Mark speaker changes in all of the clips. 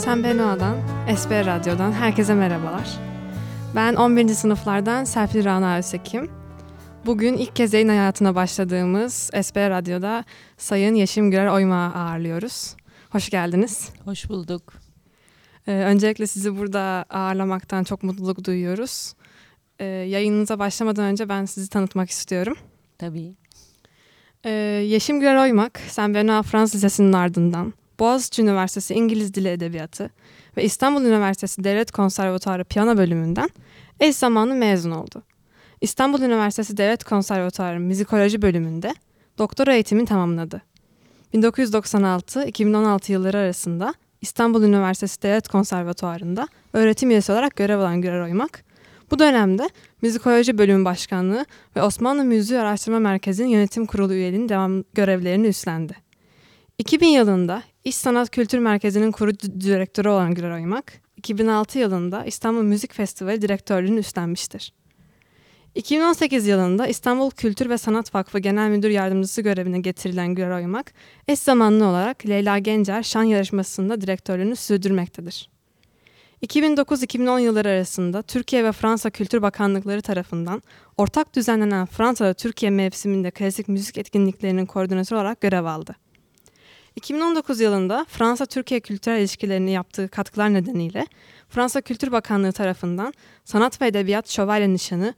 Speaker 1: Saint Benoît'dan, SB Radyo'dan herkese merhabalar. Ben 11. sınıflardan Serpil Rana Öztekim. Bugün ilk kez yayın hayatına başladığımız SB Radyo'da Sayın Yeşim Gürer Oymak'ı ağırlıyoruz. Hoş geldiniz.
Speaker 2: Hoş bulduk.
Speaker 1: Öncelikle sizi burada ağırlamaktan çok mutluluk duyuyoruz. Yayınınıza başlamadan önce ben sizi tanıtmak istiyorum.
Speaker 2: Tabii.
Speaker 1: Yeşim Gürer Oymak, Saint Benoît Fransız Lisesi'nin ardından Boğaziçi Üniversitesi İngiliz Dili Edebiyatı ve İstanbul Üniversitesi Devlet Konservatuarı Piyano bölümünden eş zamanlı mezun oldu. İstanbul Üniversitesi Devlet Konservatuarı Müzikoloji bölümünde doktora eğitimini tamamladı. 1996-2016 yılları arasında İstanbul Üniversitesi Devlet Konservatuarı'nda öğretim üyesi olarak görev alan Gürer Oymak, bu dönemde Müzikoloji Bölümü Başkanlığı ve Osmanlı Müziği Araştırma Merkezi'nin yönetim kurulu üyeliğinin devam görevlerini üstlendi. 2000 yılında İş Sanat Kültür Merkezi'nin kurucu direktörü olan Gürer Oymak, 2006 yılında İstanbul Müzik Festivali direktörlüğünü üstlenmiştir. 2018 yılında İstanbul Kültür ve Sanat Vakfı Genel Müdür Yardımcısı görevine getirilen Gürer Oymak, eş zamanlı olarak Leyla Gencer Şan Yarışması'nda direktörlüğünü sürdürmektedir. 2009-2010 yılları arasında Türkiye ve Fransa Kültür Bakanlıkları tarafından ortak düzenlenen Fransa'da Türkiye mevsiminde klasik müzik etkinliklerinin koordinatörü olarak görev aldı. 2019 yılında Fransa-Türkiye kültürel ilişkilerine yaptığı katkılar nedeniyle Fransa Kültür Bakanlığı tarafından Sanat ve Edebiyat Şövalye Nişanı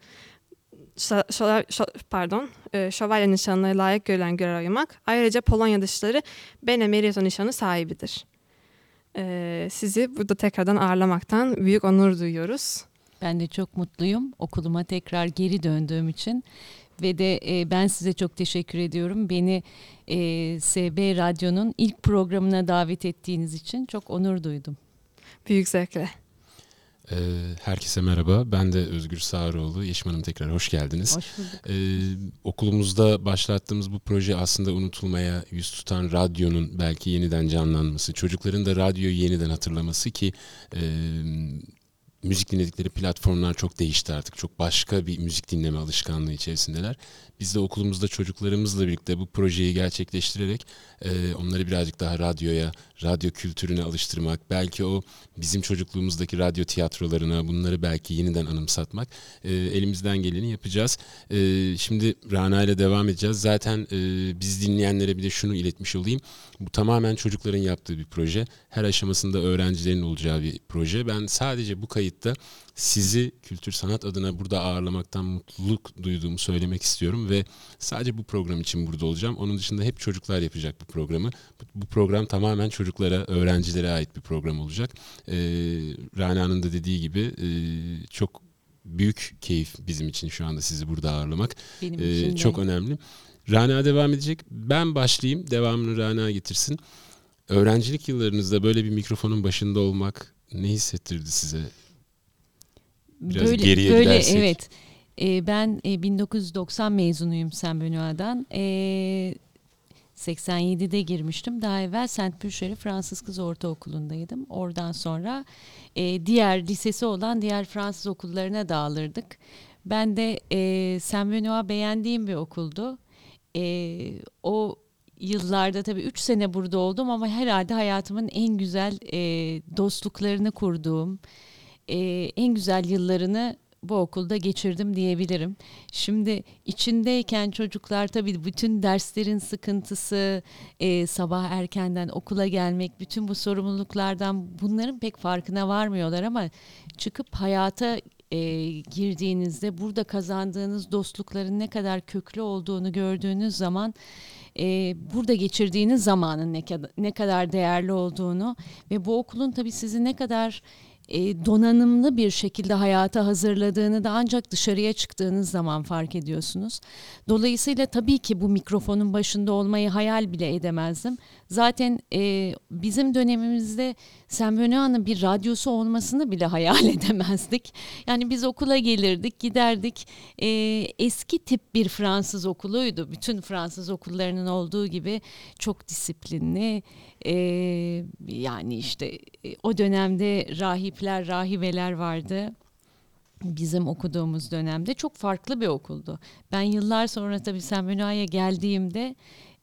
Speaker 1: Şövalye Nişanı'na layık görülen Gürer Oymak, ayrıca Polonya Dışişleri Benemerito Nişanı sahibidir. Sizi burada tekrardan ağırlamaktan büyük onur duyuyoruz.
Speaker 2: Ben de çok mutluyum okuluma tekrar geri döndüğüm için ve de ben size çok teşekkür ediyorum. Beni SB Radyo'nun ilk programına davet ettiğiniz için çok onur duydum.
Speaker 1: Büyük zevkle.
Speaker 3: Herkese merhaba. Ben de Özgür Sağaroğlu. Yeşim Hanım, tekrar hoş geldiniz.
Speaker 2: Hoş bulduk.
Speaker 3: Okulumuzda başlattığımız bu proje aslında unutulmaya yüz tutan radyonun belki yeniden canlanması, çocukların da radyoyu yeniden hatırlaması ki müzik dinledikleri platformlar çok değişti artık. Çok başka bir müzik dinleme alışkanlığı içerisindeler. Biz de okulumuzda çocuklarımızla birlikte bu projeyi gerçekleştirerek onları birazcık daha radyoya, radyo kültürüne alıştırmak, belki o bizim çocukluğumuzdaki radyo tiyatrolarına bunları belki yeniden anımsatmak, elimizden geleni yapacağız. Şimdi Rana ile devam edeceğiz. Zaten biz dinleyenlere bir de şunu iletmiş olayım. Bu tamamen çocukların yaptığı bir proje. Her aşamasında öğrencilerin olacağı bir proje. Ben sadece bu kayıtta sizi kültür sanat adına burada ağırlamaktan mutluluk duyduğumu söylemek istiyorum ve sadece bu program için burada olacağım. Onun dışında hep çocuklar yapacak bu programı. Bu program tamamen çocuklara, öğrencilere ait bir program olacak. Rana'nın da dediği gibi çok büyük keyif bizim için şu anda sizi burada ağırlamak.
Speaker 2: Benim için de.
Speaker 3: Çok önemli. Rana devam edecek. Ben başlayayım, devamını Rana getirsin. Öğrencilik yıllarınızda böyle bir mikrofonun başında olmak ne hissettirdi size? Biraz geriye gidersek.
Speaker 2: Evet. Ben 1990 mezunuyum Saint Benoît'dan. 87'de girmiştim. Daha evvel Saint Pulcher'e Fransız Kız Ortaokulu'ndaydım. Oradan sonra diğer lisesi olan diğer Fransız okullarına dağılırdık. Ben de Saint Benoît beğendiğim bir okuldu. O yıllarda tabii 3 sene burada oldum ama herhalde hayatımın en güzel dostluklarını kurduğum, en güzel yıllarını bu okulda geçirdim diyebilirim. Şimdi içindeyken çocuklar tabii bütün derslerin sıkıntısı, sabah erkenden okula gelmek, bütün bu sorumluluklardan bunların pek farkına varmıyorlar ama çıkıp hayata girdiğinizde burada kazandığınız dostlukların ne kadar köklü olduğunu gördüğünüz zaman burada geçirdiğiniz zamanın ne kadar değerli olduğunu ve bu okulun tabii sizi ne kadar donanımlı bir şekilde hayata hazırladığını da ancak dışarıya çıktığınız zaman fark ediyorsunuz. Dolayısıyla tabii ki bu mikrofonun başında olmayı hayal bile edemezdim. Zaten bizim dönemimizde Saint Benoît'ın bir radyosu olmasını bile hayal edemezdik. Yani biz okula gelirdik, giderdik. Eski tip bir Fransız okuluydu. Bütün Fransız okullarının olduğu gibi çok disiplinli. Yani işte o dönemde rahipler, rahibeler vardı. Bizim okuduğumuz dönemde çok farklı bir okuldu. Ben yıllar sonra tabii Saint Benoît'a geldiğimde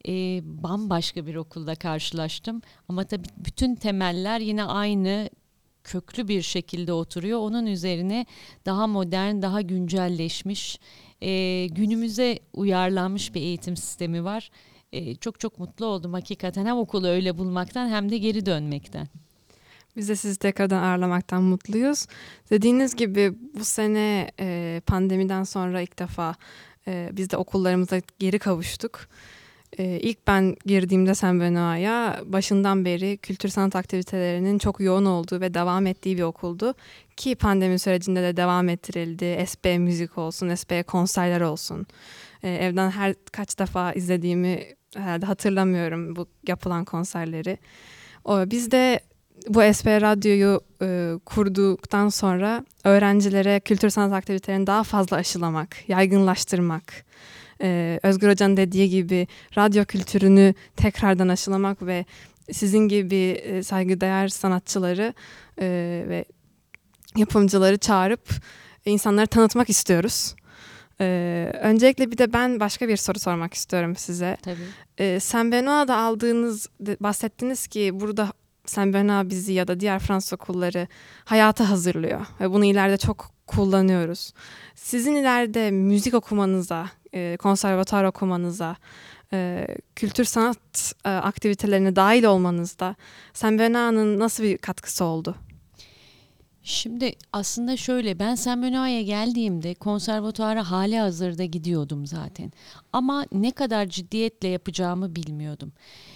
Speaker 2: bambaşka bir okulda karşılaştım. Ama tabii bütün temeller yine aynı, köklü bir şekilde oturuyor. Onun üzerine daha modern, daha güncelleşmiş, günümüze uyarlanmış bir eğitim sistemi var. Çok çok mutlu oldum hakikaten, hem okulu öyle bulmaktan hem de geri dönmekten.
Speaker 1: Biz de sizi tekrardan ağırlamaktan mutluyuz. Dediğiniz gibi bu sene pandemiden sonra ilk defa biz de okullarımıza geri kavuştuk. İlk ben girdiğimde Saint Benoît'a başından beri kültür sanat aktivitelerinin çok yoğun olduğu ve devam ettiği bir okuldu. Ki pandemi sürecinde de devam ettirildi. SB müzik olsun, SB konserler olsun. Evden her kaç defa izlediğimi herhalde hatırlamıyorum bu yapılan konserleri. Biz de bu SB Radyo'yu kurduktan sonra öğrencilere kültür sanat aktivitelerini daha fazla aşılamak, yaygınlaştırmak, Özgür Hoca'nın dediği gibi radyo kültürünü tekrardan aşılamak ve sizin gibi saygıdeğer sanatçıları ve yapımcıları çağırıp insanları tanıtmak istiyoruz. Öncelikle bir de ben başka bir soru sormak istiyorum size.
Speaker 2: Tabii.
Speaker 1: Saint Benoît'da bahsettiniz ki burada Saint Benoît bizi ya da diğer Fransız okulları hayata hazırlıyor ve bunu ileride çok kullanıyoruz. Sizin ileride müzik okumanıza, konservatuar okumanıza, kültür sanat aktivitelerine dahil olmanızda Saint Benoît'ın nasıl bir katkısı oldu?
Speaker 2: Şimdi aslında şöyle, ben Saint Benoît'a geldiğimde konservatuara hali hazırda gidiyordum zaten. Ama ne kadar ciddiyetle yapacağımı bilmiyordum.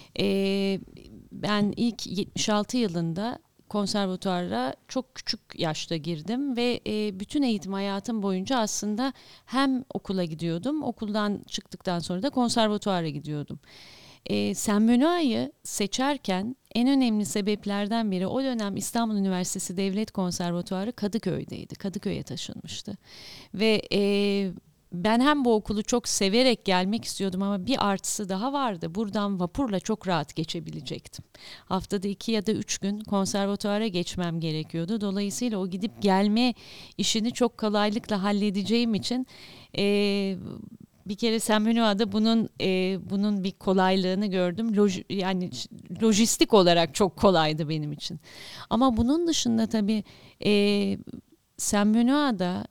Speaker 2: Ben ilk 76 yılında konservatuara çok küçük yaşta girdim ve bütün eğitim hayatım boyunca aslında hem okula gidiyordum, okuldan çıktıktan sonra da konservatuara gidiyordum. Saint Benoît'ı seçerken en önemli sebeplerden biri, o dönem İstanbul Üniversitesi Devlet Konservatuarı Kadıköy'deydi. Kadıköy'e taşınmıştı. Ve ben hem bu okulu çok severek gelmek istiyordum ama bir artısı daha vardı. Buradan vapurla çok rahat geçebilecektim. Haftada 2 ya da 3 gün konservatuara geçmem gerekiyordu. Dolayısıyla o gidip gelme işini çok kolaylıkla halledeceğim için bir kere Saint Benoît'da bunun bir kolaylığını gördüm. Yani lojistik olarak çok kolaydı benim için. Ama bunun dışında tabii Saint Benoît'da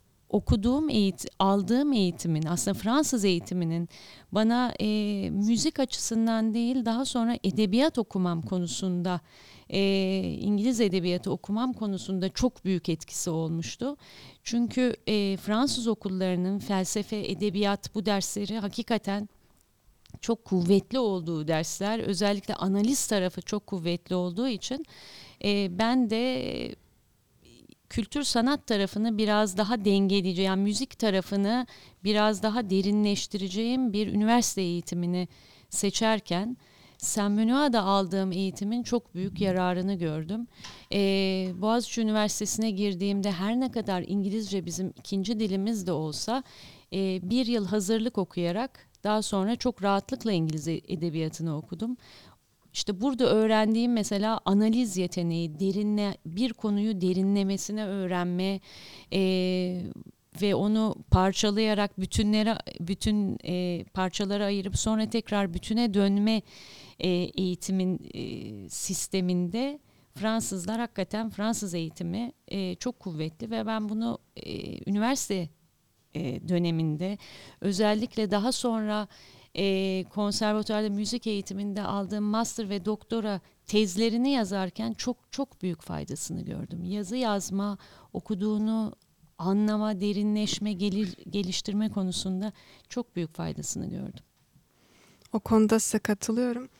Speaker 2: aldığım eğitimin, aslında Fransız eğitiminin bana müzik açısından değil, daha sonra edebiyat okumam konusunda, İngiliz edebiyatı okumam konusunda çok büyük etkisi olmuştu. Çünkü Fransız okullarının felsefe, edebiyat bu dersleri hakikaten çok kuvvetli olduğu dersler. Özellikle analiz tarafı çok kuvvetli olduğu için ben de kültür sanat tarafını biraz daha dengeleyeceğim, yani müzik tarafını biraz daha derinleştireceğim bir üniversite eğitimini seçerken Saint Benoît'da aldığım eğitimin çok büyük yararını gördüm. Boğaziçi Üniversitesi'ne girdiğimde her ne kadar İngilizce bizim ikinci dilimiz de olsa bir yıl hazırlık okuyarak daha sonra çok rahatlıkla İngiliz edebiyatını okudum. İşte burada öğrendiğim mesela analiz yeteneği, bir konuyu derinlemesine öğrenme ve onu parçalayarak bütün parçalara ayırıp sonra tekrar bütüne dönme eğitimin sisteminde Fransızlar hakikaten Fransız eğitimi çok kuvvetli ve ben bunu üniversite döneminde özellikle daha sonra konservatuvarda müzik eğitiminde aldığım master ve doktora tezlerini yazarken çok çok büyük faydasını gördüm. Yazı yazma, okuduğunu anlama, derinleşme, geliştirme konusunda çok büyük faydasını gördüm.
Speaker 1: O konuda size katılıyorum.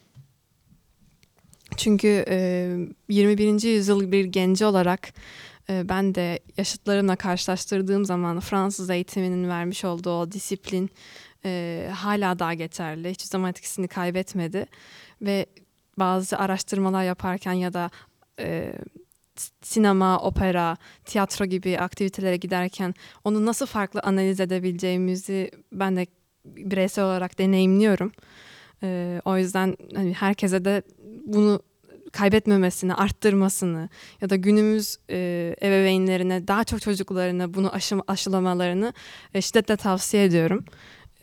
Speaker 1: Çünkü 21. yüzyıl bir genci olarak ben de yaşıtlarımla karşılaştırdığım zaman Fransız eğitiminin vermiş olduğu o disiplin hala daha geçerli. Hiçbir zaman etkisini kaybetmedi. Ve bazı araştırmalar yaparken ya da sinema, opera, tiyatro gibi aktivitelere giderken onu nasıl farklı analiz edebileceğimizi ben de bireysel olarak deneyimliyorum. O yüzden hani herkese de bunu kaybetmemesini, arttırmasını ya da günümüz ebeveynlerine daha çok çocuklarına bunu aşılamalarını şiddetle tavsiye ediyorum.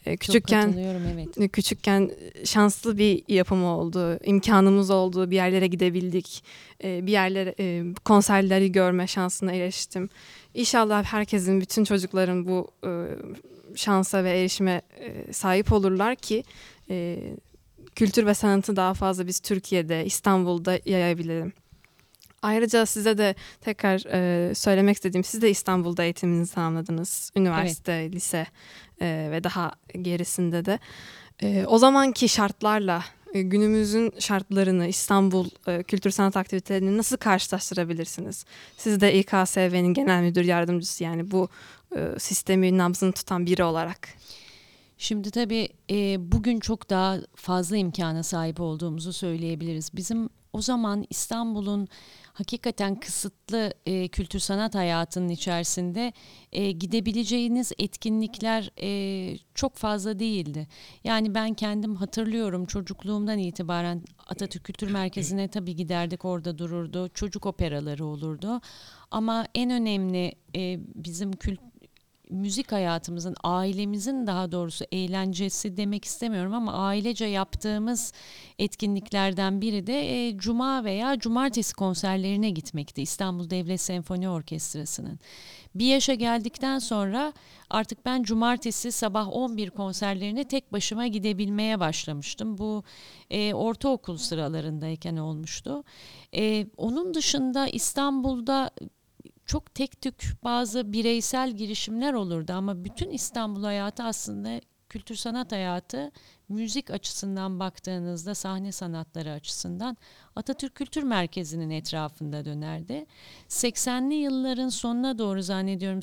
Speaker 2: Çok
Speaker 1: Küçükken
Speaker 2: katılıyorum, evet.
Speaker 1: küçükken şanslı bir yapım oldu. İmkanımız oldu. Bir yerlere gidebildik. Bir yerlere konserleri görme şansına eriştim. İnşallah herkesin, bütün çocukların bu şansa ve erişime sahip olurlar ki kültür ve sanatı daha fazla biz Türkiye'de, İstanbul'da yayabilelim. Ayrıca size de tekrar söylemek istediğim, siz de İstanbul'da eğitiminizi tamamladınız. Üniversite, lise ve daha gerisinde de. O zamanki şartlarla günümüzün şartlarını, İstanbul kültür sanat aktivitelerini nasıl karşılaştırabilirsiniz? Siz de İKSV'nin genel müdür yardımcısı, yani bu sistemi nabzını tutan biri olarak.
Speaker 2: Şimdi tabii bugün çok daha fazla imkana sahip olduğumuzu söyleyebiliriz. Bizim o zaman İstanbul'un hakikaten kısıtlı kültür sanat hayatının içerisinde gidebileceğiniz etkinlikler çok fazla değildi. Yani ben kendim hatırlıyorum, çocukluğumdan itibaren Atatürk Kültür Merkezi'ne tabii giderdik, orada dururdu. Çocuk operaları olurdu. Ama en önemli bizim müzik hayatımızın, ailemizin daha doğrusu eğlencesi demek istemiyorum ama ailece yaptığımız etkinliklerden biri de cuma veya cumartesi konserlerine gitmekti. İstanbul Devlet Senfoni Orkestrası'nın. Bir yaşa geldikten sonra artık ben cumartesi sabah 11 konserlerine tek başıma gidebilmeye başlamıştım. Bu ortaokul sıralarındayken olmuştu. Onun dışında İstanbul'da çok tek tük bazı bireysel girişimler olurdu ama bütün İstanbul hayatı aslında kültür sanat hayatı, müzik açısından baktığınızda, sahne sanatları açısından Atatürk Kültür Merkezi'nin etrafında dönerdi. 80'li yılların sonuna doğru zannediyorum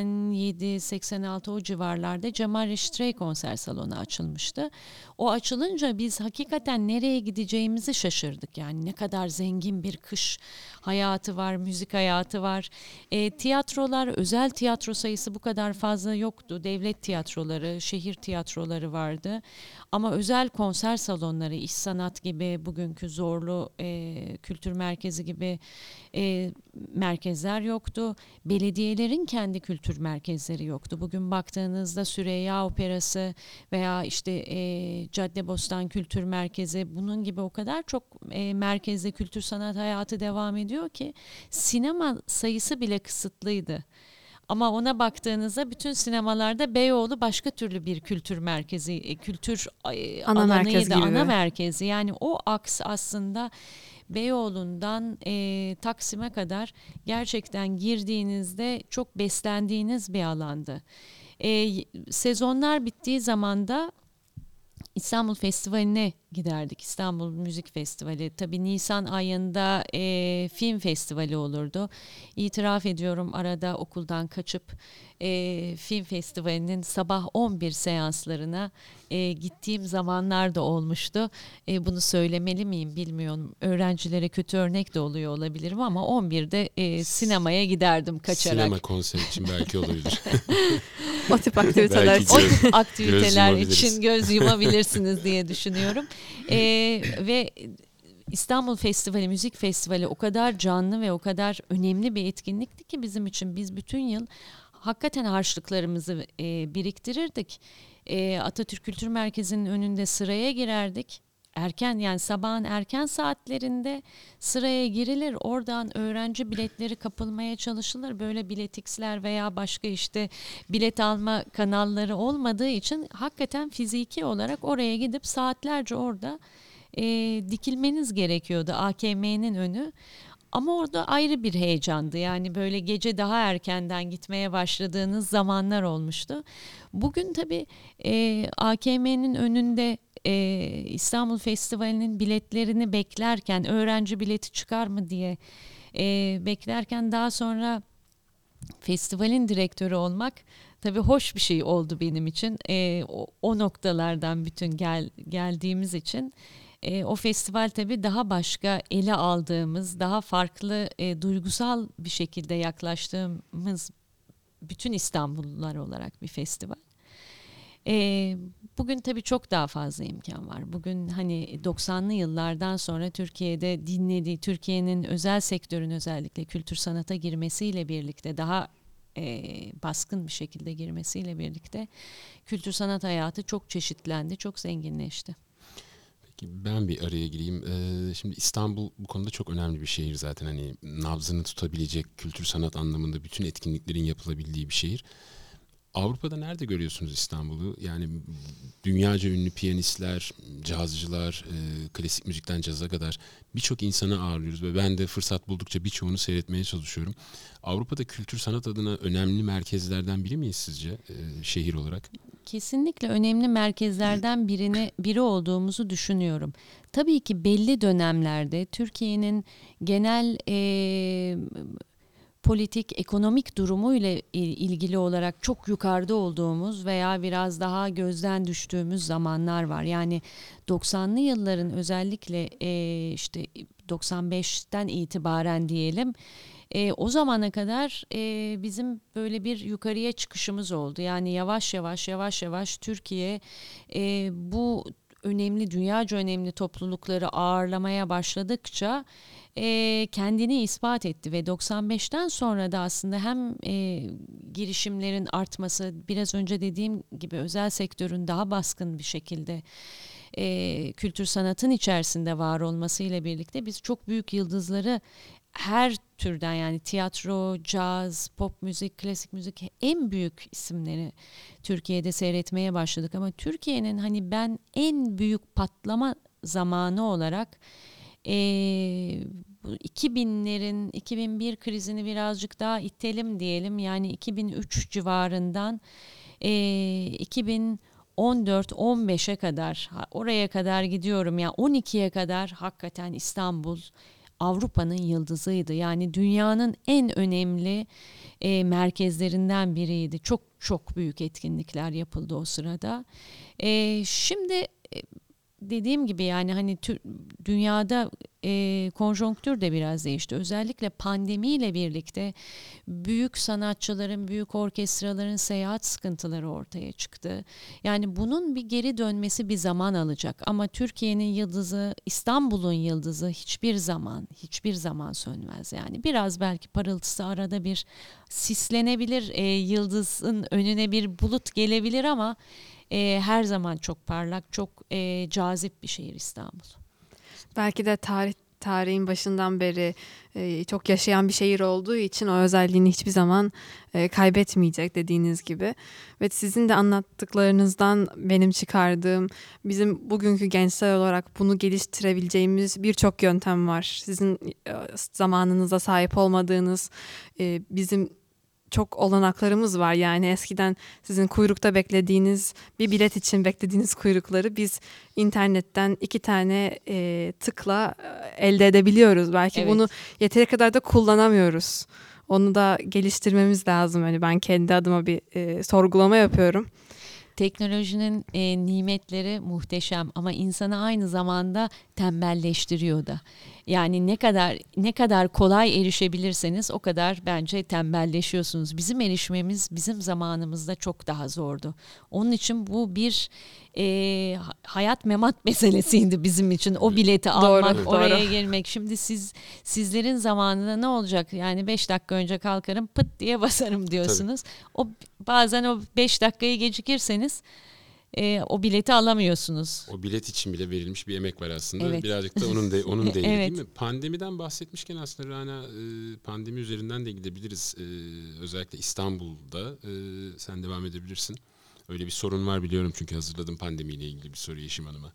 Speaker 2: 87-86 o civarlarda Cemal Reşit Rey konser salonu açılmıştı. O açılınca biz hakikaten nereye gideceğimizi şaşırdık. Yani ne kadar zengin bir kış hayatı var, müzik hayatı var. Tiyatrolar, özel tiyatro sayısı bu kadar fazla yoktu. Devlet tiyatroları, şehir tiyatroları vardı. Ama özel konser salonları, İş Sanat gibi, bugünkü Zorlu Kültür Merkezi gibi merkezler yoktu. Belediyelerin kendi kültür merkezleri yoktu. Bugün baktığınızda Süreyya Operası veya işte Caddebostan Kültür Merkezi, bunun gibi o kadar çok merkezde kültür sanat hayatı devam ediyor ki sinema sayısı bile kısıtlıydı. Ama ona baktığınızda bütün sinemalarda Beyoğlu başka türlü bir kültür merkezi, kültür
Speaker 1: Ana merkez
Speaker 2: alanıydı,
Speaker 1: gibi.
Speaker 2: ana merkezi. Yani o aks aslında Beyoğlu'ndan Taksim'e kadar gerçekten girdiğinizde çok beslendiğiniz bir alandı. Sezonlar bittiği zaman da İstanbul Festivali'ne giderdik. İstanbul Müzik Festivali. Tabii Nisan ayında film festivali olurdu. İtiraf ediyorum, arada okuldan kaçıp film festivalinin sabah 11 seanslarına gittiğim zamanlar da olmuştu. Bunu söylemeli miyim bilmiyorum. Öğrencilere kötü örnek de oluyor olabilirim ama 11'de sinemaya giderdim kaçarak.
Speaker 3: Sinema konseri için belki olabilir.
Speaker 1: O tip aktiviteler.
Speaker 3: Belki
Speaker 2: O tip aktiviteler
Speaker 3: göz yumabiliriz.
Speaker 2: için göz yumabilirsiniz diye düşünüyorum. Ve İstanbul Festivali, Müzik Festivali o kadar canlı ve o kadar önemli bir etkinlikti ki bizim için. Biz bütün yıl hakikaten harçlıklarımızı biriktirirdik. Atatürk Kültür Merkezi'nin önünde sıraya girerdik. Erken, yani sabahın erken saatlerinde sıraya girilir. Oradan öğrenci biletleri kapılmaya çalışılır. Böyle biletix'ler veya başka işte bilet alma kanalları olmadığı için hakikaten fiziki olarak oraya gidip saatlerce orada dikilmeniz gerekiyordu, AKM'nin önü. Ama orada ayrı bir heyecandı. Yani böyle gece daha erkenden gitmeye başladığınız zamanlar olmuştu. Bugün tabii AKM'nin önünde İstanbul Festivali'nin biletlerini beklerken, öğrenci bileti çıkar mı diye beklerken, daha sonra festivalin direktörü olmak tabii hoş bir şey oldu benim için. O noktalardan bütün geldiğimiz için. O festival tabii daha başka ele aldığımız, daha farklı duygusal bir şekilde yaklaştığımız bütün İstanbullular olarak bir festival. Bugün tabii çok daha fazla imkan var. Bugün hani 90'lı yıllardan sonra Türkiye'de dinlediği, Türkiye'nin özel sektörün özellikle kültür sanata girmesiyle birlikte daha baskın bir şekilde girmesiyle birlikte kültür sanat hayatı çok çeşitlendi, çok zenginleşti.
Speaker 3: Peki ben bir araya gireyim. Şimdi İstanbul bu konuda çok önemli bir şehir zaten. Hani nabzını tutabilecek kültür sanat anlamında bütün etkinliklerin yapılabildiği bir şehir. Avrupa'da nerede görüyorsunuz İstanbul'u? Yani dünyaca ünlü piyanistler, cazcılar, klasik müzikten caza kadar birçok insanı ağırlıyoruz ve ben de fırsat buldukça birçoğunu seyretmeye çalışıyorum. Avrupa'da kültür sanat adına önemli merkezlerden biri miyiz sizce şehir olarak?
Speaker 2: Kesinlikle önemli merkezlerden biri olduğumuzu düşünüyorum. Tabii ki belli dönemlerde Türkiye'nin genel politik, ekonomik durumuyla ilgili olarak çok yukarıda olduğumuz veya biraz daha gözden düştüğümüz zamanlar var. Yani 90'lı yılların özellikle işte 95'ten itibaren diyelim, o zamana kadar bizim böyle bir yukarıya çıkışımız oldu. Yani yavaş yavaş Türkiye bu dünyaca önemli toplulukları ağırlamaya başladıkça kendini ispat etti ve 95'ten sonra da aslında hem girişimlerin artması, biraz önce dediğim gibi özel sektörün daha baskın bir şekilde kültür sanatın içerisinde var olmasıyla birlikte biz çok büyük yıldızları her türden, yani tiyatro, caz, pop müzik, klasik müzik, en büyük isimleri Türkiye'de seyretmeye başladık. Ama Türkiye'nin hani ben en büyük patlama zamanı olarak 2000'lerin 2001 krizini birazcık daha itelim diyelim. Yani 2003 civarından 2014-15'e kadar, oraya kadar gidiyorum ya, 12'ye kadar hakikaten İstanbul Avrupa'nın yıldızıydı. Yani dünyanın en önemli merkezlerinden biriydi. Çok çok büyük etkinlikler yapıldı o sırada. Şimdi dediğim gibi yani hani dünyada konjonktür de biraz değişti. Özellikle pandemiyle birlikte büyük sanatçıların, büyük orkestraların seyahat sıkıntıları ortaya çıktı. Yani bunun bir geri dönmesi bir zaman alacak. Ama Türkiye'nin yıldızı, İstanbul'un yıldızı hiçbir zaman sönmez. Yani biraz belki parıltısı arada bir sislenebilir, yıldızın önüne bir bulut gelebilir ama her zaman çok parlak, çok cazip bir şehir İstanbul.
Speaker 1: Belki de tarihin başından beri çok yaşayan bir şehir olduğu için o özelliğini hiçbir zaman kaybetmeyecek dediğiniz gibi. Ve sizin de anlattıklarınızdan benim çıkardığım, bizim bugünkü gençler olarak bunu geliştirebileceğimiz birçok yöntem var. Sizin zamanınıza sahip olmadığınız, bizim çok olanaklarımız var. Yani eskiden sizin kuyrukta beklediğiniz, bir bilet için beklediğiniz kuyrukları biz internetten 2 tane tıkla elde edebiliyoruz. Belki
Speaker 2: Evet.
Speaker 1: bunu yeteri kadar da kullanamıyoruz. Onu da geliştirmemiz lazım. Yani ben kendi adıma bir sorgulama yapıyorum.
Speaker 2: Teknolojinin nimetleri muhteşem ama insanı aynı zamanda tembelleştiriyor da. Yani ne kadar kolay erişebilirseniz o kadar bence tembelleşiyorsunuz. Bizim erişmemiz bizim zamanımızda çok daha zordu. Onun için bu bir hayat memat meselesiydi bizim için. O bileti almak,
Speaker 1: Doğru.
Speaker 2: oraya girmek. Şimdi sizlerin zamanında ne olacak? Yani 5 dakika önce kalkarım, pıt diye basarım diyorsunuz. Bazen o 5 dakikayı gecikirseniz o bileti alamıyorsunuz.
Speaker 3: O bilet için bile verilmiş bir emek var aslında.
Speaker 2: Evet.
Speaker 3: Birazcık da onun değeri
Speaker 2: Evet.
Speaker 3: değil mi? Pandemiden bahsetmişken aslında Rana, pandemi üzerinden de gidebiliriz. Özellikle İstanbul'da sen devam edebilirsin. Öyle bir sorun var biliyorum çünkü hazırladım pandemiyle ilgili bir soru Yeşim Hanım'a.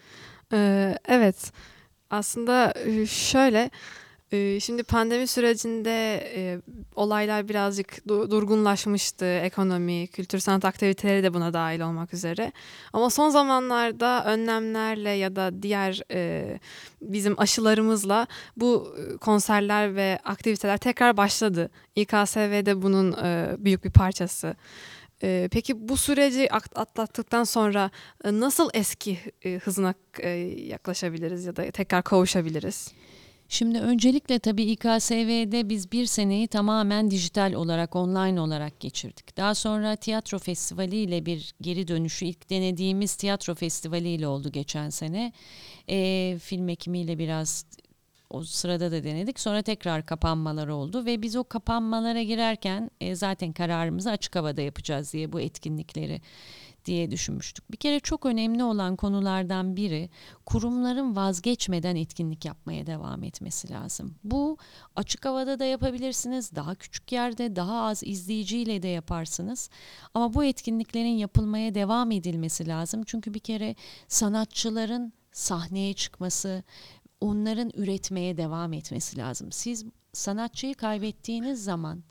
Speaker 1: Evet. Aslında şöyle, şimdi pandemi sürecinde olaylar birazcık durgunlaşmıştı. Ekonomi, kültür sanat aktiviteleri de buna dahil olmak üzere. Ama son zamanlarda önlemlerle ya da diğer bizim aşılarımızla bu konserler ve aktiviteler tekrar başladı. İKSV de bunun büyük bir parçası. Peki bu süreci atlattıktan sonra nasıl eski hızına yaklaşabiliriz ya da tekrar kavuşabiliriz?
Speaker 2: Şimdi öncelikle tabii İKSV'de biz bir seneyi tamamen dijital olarak, online olarak geçirdik. Daha sonra tiyatro festivali ile bir geri dönüşü, ilk denediğimiz tiyatro festivali ile oldu geçen sene. Film ekimiyle biraz o sırada da denedik. Sonra tekrar kapanmalar oldu ve biz o kapanmalara girerken zaten kararımızı açık havada yapacağız diye bu etkinlikleri diye düşünmüştük. Bir kere çok önemli olan konulardan biri kurumların vazgeçmeden etkinlik yapmaya devam etmesi lazım. Bu açık havada da yapabilirsiniz, daha küçük yerde, daha az izleyiciyle de yaparsınız. Ama bu etkinliklerin yapılmaya devam edilmesi lazım. Çünkü bir kere sanatçıların sahneye çıkması, onların üretmeye devam etmesi lazım. Siz sanatçıyı kaybettiğiniz zaman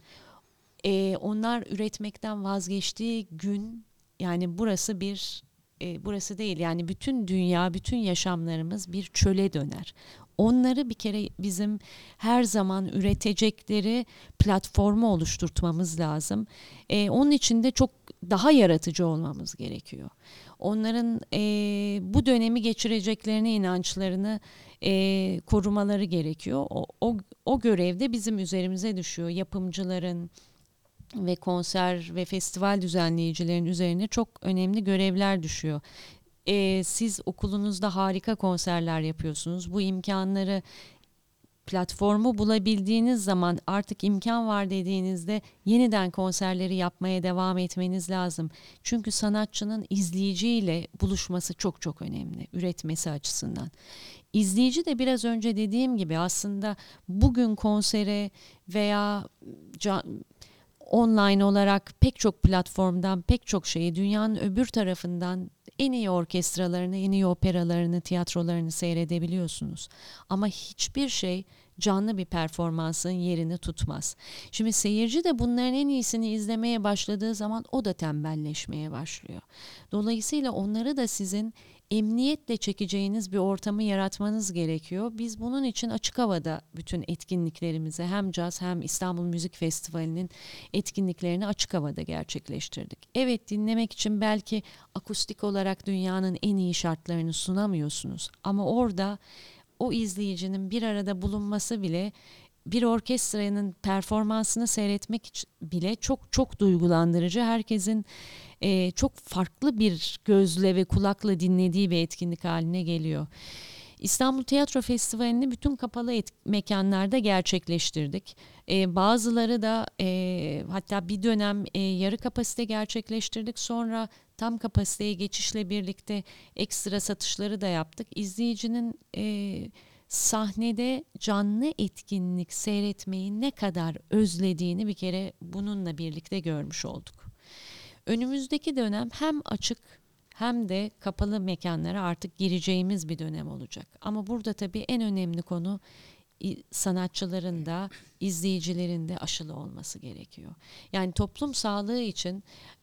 Speaker 2: onlar üretmekten vazgeçtiği gün, yani burası değil, yani bütün dünya, bütün yaşamlarımız bir çöle döner. Onları bir kere bizim her zaman üretecekleri platformu oluşturtmamız lazım. Onun için de çok daha yaratıcı olmamız gerekiyor. Onların bu dönemi geçireceklerine inançlarını korumaları gerekiyor. O görev de bizim üzerimize düşüyor. Yapımcıların ve konser ve festival düzenleyicilerin üzerine çok önemli görevler düşüyor. Siz okulunuzda harika konserler yapıyorsunuz. Bu imkanları, platformu bulabildiğiniz zaman, artık imkan var dediğinizde yeniden konserleri yapmaya devam etmeniz lazım. Çünkü sanatçının izleyiciyle buluşması çok çok önemli, üretmesi açısından. İzleyici de biraz önce dediğim gibi aslında bugün konsere veya online olarak pek çok platformdan pek çok şeyi, dünyanın öbür tarafından en iyi orkestralarını, en iyi operalarını, tiyatrolarını seyredebiliyorsunuz. Ama hiçbir şey canlı bir performansın yerini tutmaz. Şimdi seyirci de bunların en iyisini izlemeye başladığı zaman o da tembelleşmeye başlıyor. Dolayısıyla onları da sizin emniyetle çekeceğiniz bir ortamı yaratmanız gerekiyor. Biz bunun için açık havada bütün etkinliklerimizi, hem caz hem İstanbul Müzik Festivali'nin etkinliklerini açık havada gerçekleştirdik. Evet, dinlemek için belki akustik olarak dünyanın en iyi şartlarını sunamıyorsunuz. Ama orada o izleyicinin bir arada bulunması bile, bir orkestranın performansını seyretmek bile çok çok duygulandırıcı. Herkesin çok farklı bir gözle ve kulakla dinlediği bir etkinlik haline geliyor. İstanbul Tiyatro Festivali'ni bütün kapalı mekanlarda gerçekleştirdik. Bazıları da hatta bir dönem yarı kapasite gerçekleştirdik. Sonra tam kapasiteye geçişle birlikte ekstra satışları da yaptık. İzleyicinin sahnede canlı etkinlik seyretmeyi ne kadar özlediğini bir kere bununla birlikte görmüş olduk. Önümüzdeki dönem hem açık hem de kapalı mekanlara artık gireceğimiz bir dönem olacak. Ama burada tabii en önemli konu sanatçıların da izleyicilerin de aşılı olması gerekiyor. Yani toplum sağlığı için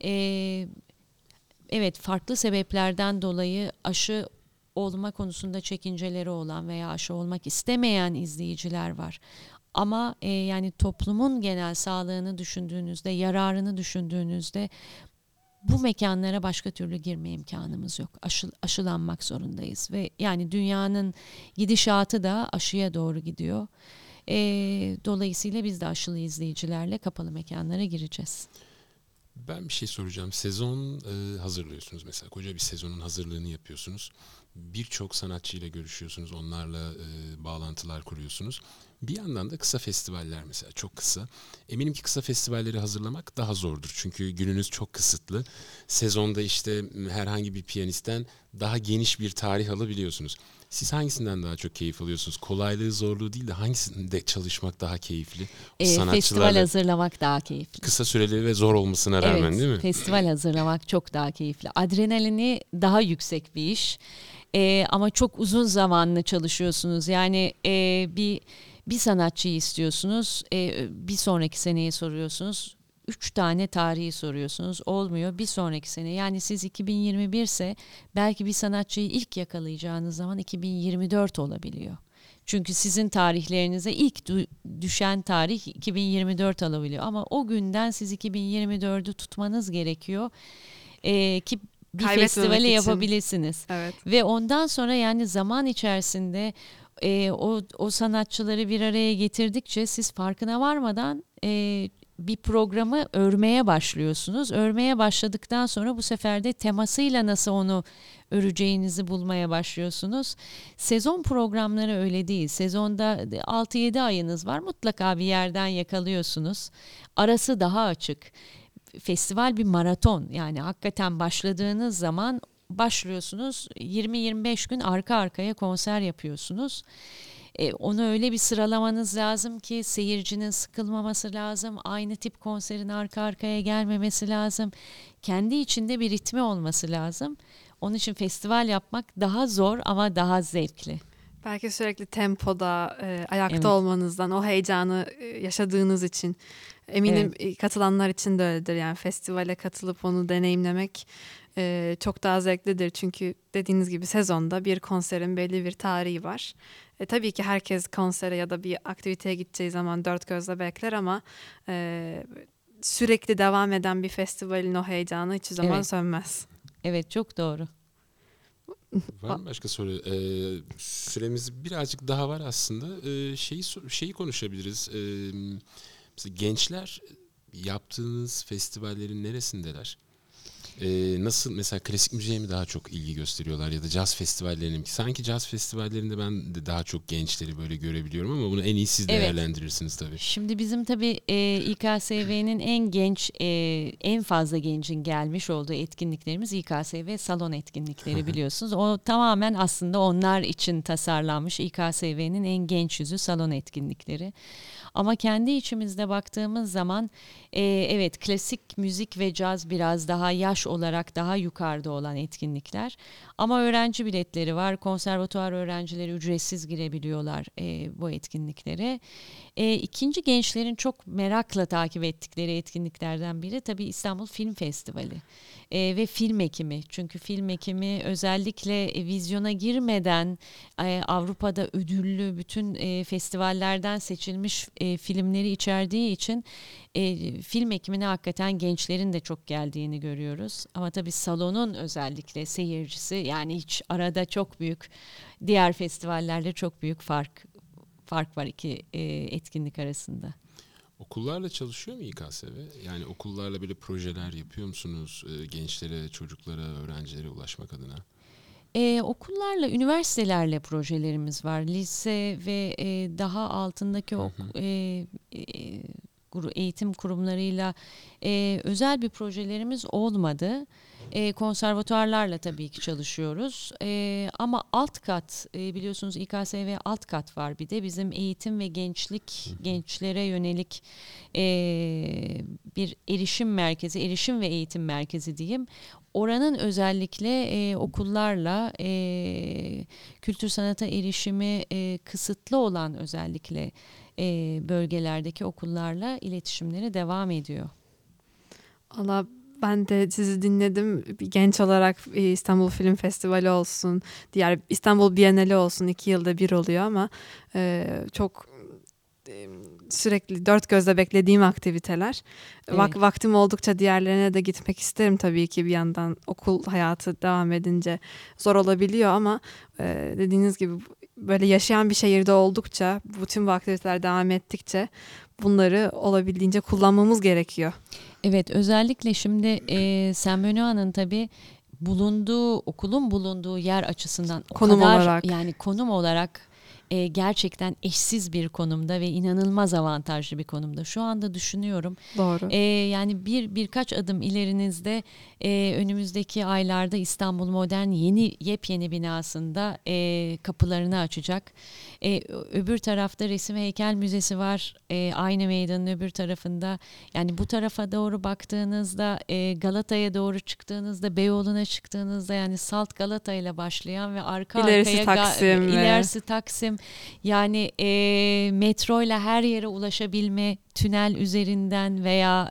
Speaker 2: evet, farklı sebeplerden dolayı aşı olma konusunda çekinceleri olan veya aşı olmak istemeyen izleyiciler var. Ama yani toplumun genel sağlığını düşündüğünüzde, yararını düşündüğünüzde bu mekanlara başka türlü girme imkanımız yok. Aşılanmak zorundayız ve yani dünyanın gidişatı da aşıya doğru gidiyor. Dolayısıyla biz de aşılı izleyicilerle kapalı mekanlara gireceğiz.
Speaker 3: Ben bir şey soracağım. Sezon hazırlıyorsunuz mesela. Koca bir sezonun hazırlığını yapıyorsunuz. Birçok sanatçıyla görüşüyorsunuz. Onlarla bağlantılar kuruyorsunuz. Bir yandan da kısa festivaller mesela, çok kısa. Eminim ki kısa festivalleri hazırlamak daha zordur. Çünkü gününüz çok kısıtlı. Sezonda işte herhangi bir piyanistten daha geniş bir tarih alabiliyorsunuz. Siz hangisinden daha çok keyif alıyorsunuz? Kolaylığı, zorluğu değil de hangisinde çalışmak daha keyifli?
Speaker 2: Festival hazırlamak daha keyifli.
Speaker 3: Kısa süreli ve zor olmasına rağmen,
Speaker 2: evet,
Speaker 3: değil mi?
Speaker 2: Festival hazırlamak çok daha keyifli. Adrenalini daha yüksek bir iş. Ama çok uzun zamanlı çalışıyorsunuz. Yani bir sanatçıyı istiyorsunuz. Bir sonraki seneye soruyorsunuz. 3 tane tarihi soruyorsunuz. Olmuyor. Bir sonraki sene. Yani siz 2021 ise belki bir sanatçıyı ilk yakalayacağınız zaman 2024 olabiliyor. Çünkü sizin tarihlerinize ilk düşen tarih 2024 olabiliyor. Ama o günden siz 2024'ü tutmanız gerekiyor. Ki bir festivali yapabilirsiniz.
Speaker 1: Evet.
Speaker 2: Ve ondan sonra yani zaman içerisinde o sanatçıları bir araya getirdikçe siz farkına varmadan bir programı örmeye başlıyorsunuz. Örmeye başladıktan sonra bu sefer de temasıyla nasıl onu öreceğinizi bulmaya başlıyorsunuz. Sezon programları öyle değil. Sezonda 6-7 ayınız var. Mutlaka bir yerden yakalıyorsunuz. Arası daha açık. Festival bir maraton. Yani hakikaten başladığınız zaman başlıyorsunuz. 20-25 gün arka arkaya konser yapıyorsunuz. Onu öyle bir sıralamanız lazım ki seyircinin sıkılmaması lazım. Aynı tip konserin arka arkaya gelmemesi lazım. Kendi içinde bir ritmi olması lazım. Onun için festival yapmak daha zor ama daha zevkli.
Speaker 1: Belki sürekli tempoda, ayakta
Speaker 2: Evet.
Speaker 1: olmanızdan, o heyecanı yaşadığınız için. Eminim katılanlar için de öyledir. Yani festivale katılıp onu deneyimlemek çok daha zevklidir. Çünkü dediğiniz gibi sezonda bir konserin belli bir tarihi var. Tabii ki herkes konsere ya da bir aktiviteye gideceği zaman dört gözle bekler ama sürekli devam eden bir festivalin o heyecanı hiçbir zaman sönmez.
Speaker 2: Evet, çok doğru.
Speaker 3: Var mı başka soru? Süremiz birazcık daha var aslında. Şeyi konuşabiliriz. Mesela gençler yaptığınız festivallerin neresindeler? Nasıl mesela klasik müziğe mi daha çok ilgi gösteriyorlar ya da caz festivallerine mi? Sanki caz festivallerinde ben de daha çok gençleri böyle görebiliyorum ama bunu en iyi siz değerlendirirsiniz tabii.
Speaker 2: Şimdi bizim tabii İKSV'nin en fazla gencin gelmiş olduğu etkinliklerimiz İKSV salon etkinlikleri biliyorsunuz. O tamamen aslında onlar için tasarlanmış İKSV'nin en genç yüzü salon etkinlikleri. Ama kendi içimizde baktığımız zaman evet klasik müzik ve caz biraz daha yaş olarak daha yukarıda olan etkinlikler. Ama öğrenci biletleri var. Konservatuvar öğrencileri ücretsiz girebiliyorlar bu etkinliklere. İkinci gençlerin çok merakla takip ettikleri etkinliklerden biri tabii İstanbul Film Festivali ve film ekimi. Çünkü film ekimi özellikle vizyona girmeden Avrupa'da ödüllü bütün festivallerden seçilmiş filmleri içerdiği için film ekimine hakikaten gençlerin de çok geldiğini görüyoruz. Ama tabii salonun özellikle seyircisi yani hiç arada çok büyük diğer festivallerle çok büyük fark var iki etkinlik arasında.
Speaker 3: Okullarla çalışıyor mu İKSV? Yani okullarla böyle projeler yapıyor musunuz gençlere, çocuklara, öğrencilere ulaşmak adına?
Speaker 2: Okullarla, üniversitelerle projelerimiz var. Lise ve daha altındaki eğitim kurumlarıyla özel bir projelerimiz olmadı. Konservatuarlarla tabii ki çalışıyoruz. Ama alt kat biliyorsunuz İKSV alt kat var bir de bizim eğitim ve gençlere yönelik bir erişim ve eğitim merkezi diyeyim. Oranın özellikle okullarla kültür sanata erişimi kısıtlı olan özellikle bölgelerdeki okullarla iletişimleri devam ediyor.
Speaker 1: Valla ben de sizi dinledim. Bir genç olarak İstanbul Film Festivali olsun, diğer İstanbul Bienali olsun 2 yılda bir oluyor ama çok sürekli dört gözle beklediğim aktiviteler.
Speaker 2: Evet.
Speaker 1: Vaktim oldukça diğerlerine de gitmek isterim tabii ki bir yandan okul hayatı devam edince zor olabiliyor ama dediğiniz gibi böyle yaşayan bir şehirde oldukça bütün bu aktiviteler devam ettikçe bunları olabildiğince kullanmamız gerekiyor.
Speaker 2: Evet, özellikle şimdi Saint Benoît'ın tabii okulun bulunduğu yer açısından
Speaker 1: Konum olarak.
Speaker 2: yani konum olarak gerçekten eşsiz bir konumda ve inanılmaz avantajlı bir konumda. Şu anda düşünüyorum.
Speaker 1: Doğru.
Speaker 2: Yani birkaç adım ilerinizde önümüzdeki aylarda İstanbul Modern yepyeni binasında kapılarını açacak. Öbür tarafta Resim ve Heykel Müzesi var. Aynı meydanın öbür tarafında. Yani bu tarafa doğru baktığınızda Galata'ya doğru çıktığınızda Beyoğlu'na çıktığınızda yani Salt Galata ile başlayan ve ilerisi Taksim. Yani metro ile her yere ulaşabilme tünel üzerinden veya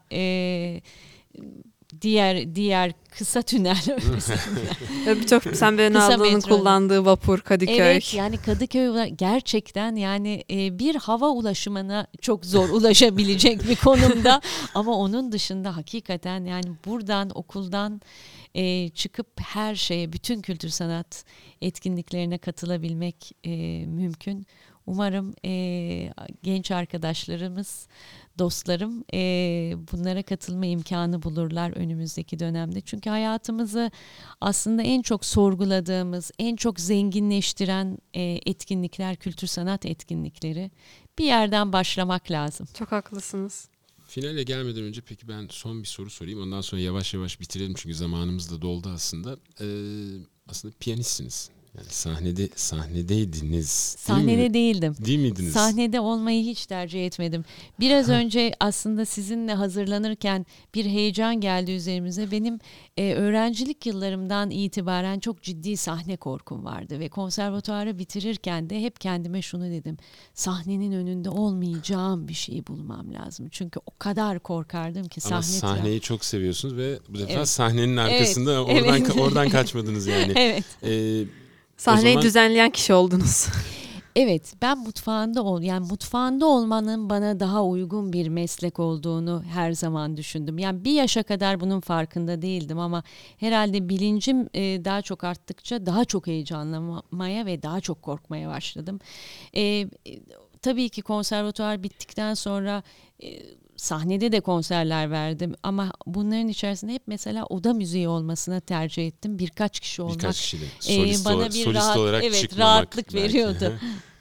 Speaker 2: diğer kısa tünel.
Speaker 1: Birçok Saint Benoît'ın kullandığı vapur Kadıköy.
Speaker 2: Evet yani Kadıköy gerçekten yani bir hava ulaşımına çok zor ulaşabilecek bir konumda ama onun dışında hakikaten yani buradan okuldan çıkıp her şeye bütün kültür sanat etkinliklerine katılabilmek mümkün. Umarım genç arkadaşlarımız, dostlarım bunlara katılma imkanı bulurlar önümüzdeki dönemde. Çünkü hayatımızı aslında en çok sorguladığımız, en çok zenginleştiren etkinlikler, kültür sanat etkinlikleri. Bir yerden başlamak lazım.
Speaker 1: Çok haklısınız.
Speaker 3: Finale gelmeden önce peki ben son bir soru sorayım. Ondan sonra yavaş yavaş bitirelim çünkü zamanımız da doldu aslında. Aslında piyanistsiniz. Yani sahnedeydiniz.
Speaker 2: Sahnede değildim.
Speaker 3: Değil miydiniz?
Speaker 2: Sahnede olmayı hiç tercih etmedim. Biraz önce aslında sizinle hazırlanırken bir heyecan geldi üzerimize. Benim öğrencilik yıllarımdan itibaren çok ciddi sahne korkum vardı ve konservatuarı bitirirken de hep kendime şunu dedim: sahnenin önünde olmayacağım bir şey bulmam lazım. Çünkü o kadar korkardım ki
Speaker 3: Ama sahneyi çok seviyorsunuz ve bu defa
Speaker 2: Evet.
Speaker 3: sahnenin arkasında
Speaker 2: Evet.
Speaker 3: oradan kaçmadınız yani.
Speaker 2: Evet.
Speaker 1: Sahneyi
Speaker 3: zaman-
Speaker 1: düzenleyen kişi oldunuz.
Speaker 2: Evet, ben mutfağında olmanın bana daha uygun bir meslek olduğunu her zaman düşündüm. Yani bir yaşa kadar bunun farkında değildim ama herhalde bilincim daha çok arttıkça daha çok heyecanlanmaya ve daha çok korkmaya başladım. Tabii ki konservatuvar bittikten sonra sahnede de konserler verdim ama bunların içerisinde hep mesela oda müziği olmasına tercih ettim. Birkaç kişi olmak
Speaker 3: Birkaç kişiyle.
Speaker 2: bana bir
Speaker 3: solist olarak
Speaker 2: evet,
Speaker 3: çıkmamak
Speaker 2: rahatlık
Speaker 3: belki.
Speaker 2: veriyordu.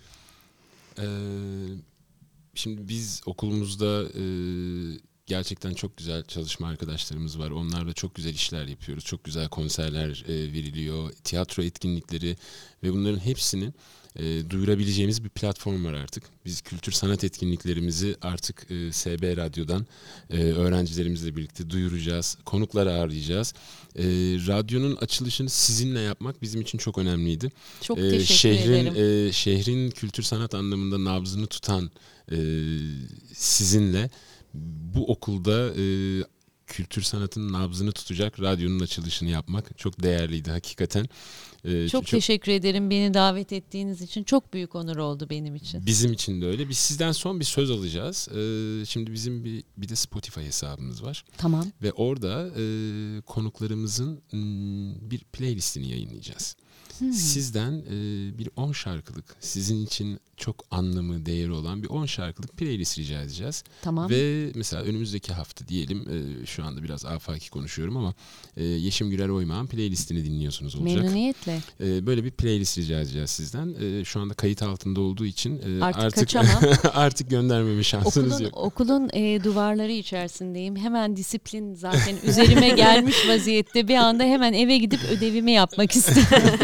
Speaker 3: Şimdi biz okulumuzda gerçekten çok güzel çalışma arkadaşlarımız var. Onlarla çok güzel işler yapıyoruz. Çok güzel konserler veriliyor. Tiyatro etkinlikleri ve bunların hepsini duyurabileceğimiz bir platform var artık. Biz kültür sanat etkinliklerimizi artık SB Radyo'dan öğrencilerimizle birlikte duyuracağız. Konuklar ağırlayacağız. Radyonun açılışını sizinle yapmak bizim için çok önemliydi.
Speaker 2: Çok teşekkür ederim.
Speaker 3: Şehrin kültür sanat anlamında nabzını tutan sizinle bu okulda kültür sanatının nabzını tutacak radyonun açılışını yapmak çok değerliydi hakikaten.
Speaker 2: Çok teşekkür ederim beni davet ettiğiniz için. Çok büyük onur oldu benim için.
Speaker 3: Bizim için de öyle. Biz sizden son bir söz alacağız. Şimdi bizim bir de Spotify hesabımız var.
Speaker 2: Tamam.
Speaker 3: Ve orada konuklarımızın bir playlistini yayınlayacağız. Sizden bir 10 şarkılık, sizin için çok anlamı, değeri olan bir 10 şarkılık playlist rica edeceğiz.
Speaker 2: Tamam.
Speaker 3: Ve mesela önümüzdeki hafta diyelim, şu anda biraz afaki konuşuyorum ama Yeşim Gürer Oymağ'ın playlistini dinliyorsunuz olacak.
Speaker 2: Memnuniyetle.
Speaker 3: Böyle bir playlist rica edeceğiz sizden. Şu anda kayıt altında olduğu için
Speaker 2: Artık kaçamam.
Speaker 3: artık göndermeme şansınız yok.
Speaker 2: Okulun duvarları içerisindeyim. Hemen disiplin zaten üzerime gelmiş vaziyette. Bir anda hemen eve gidip ödevimi yapmak istiyorum.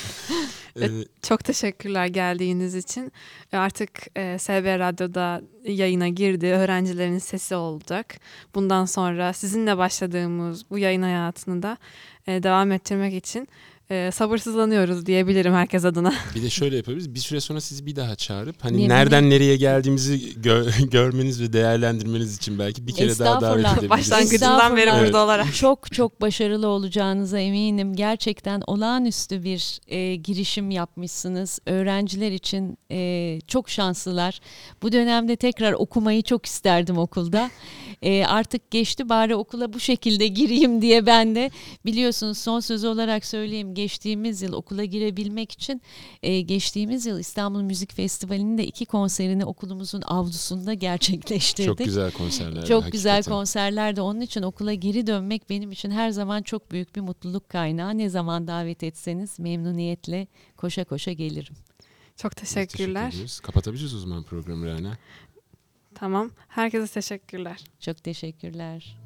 Speaker 1: Çok teşekkürler geldiğiniz için. Artık SB Radyo'da yayına girdi. Öğrencilerin sesi olacak. Bundan sonra sizinle başladığımız bu yayın hayatını da devam ettirmek için sabırsızlanıyoruz diyebilirim herkes adına.
Speaker 3: Bir de şöyle yapabiliriz. Bir süre sonra sizi bir daha çağırıp hani
Speaker 2: Memnun
Speaker 3: nereden nereye geldiğimizi görmeniz ve değerlendirmeniz için belki bir kere daha davet
Speaker 2: Estağfurullah.
Speaker 3: edebiliriz.
Speaker 1: Başlangıcından beri
Speaker 2: Estağfurullah.
Speaker 1: burada olarak.
Speaker 2: Çok çok başarılı olacağınıza eminim. Gerçekten olağanüstü bir girişim yapmışsınız. Öğrenciler için çok şanslılar. Bu dönemde tekrar okumayı çok isterdim okulda. Artık geçti, bari okula bu şekilde gireyim diye ben de, biliyorsunuz, son sözü olarak söyleyeyim. Geçtiğimiz yıl okula girebilmek için geçtiğimiz yıl İstanbul Müzik Festivali'nin de 2 konserini okulumuzun avlusunda gerçekleştirdik.
Speaker 3: Çok güzel konserler.
Speaker 2: Çok güzel konserler de. Onun için okula geri dönmek benim için her zaman çok büyük bir mutluluk kaynağı. Ne zaman davet etseniz memnuniyetle koşa koşa gelirim.
Speaker 1: Çok teşekkürler.
Speaker 3: Kapatabiliriz o zaman programı Rana.
Speaker 1: Tamam. Herkese teşekkürler.
Speaker 2: Çok teşekkürler.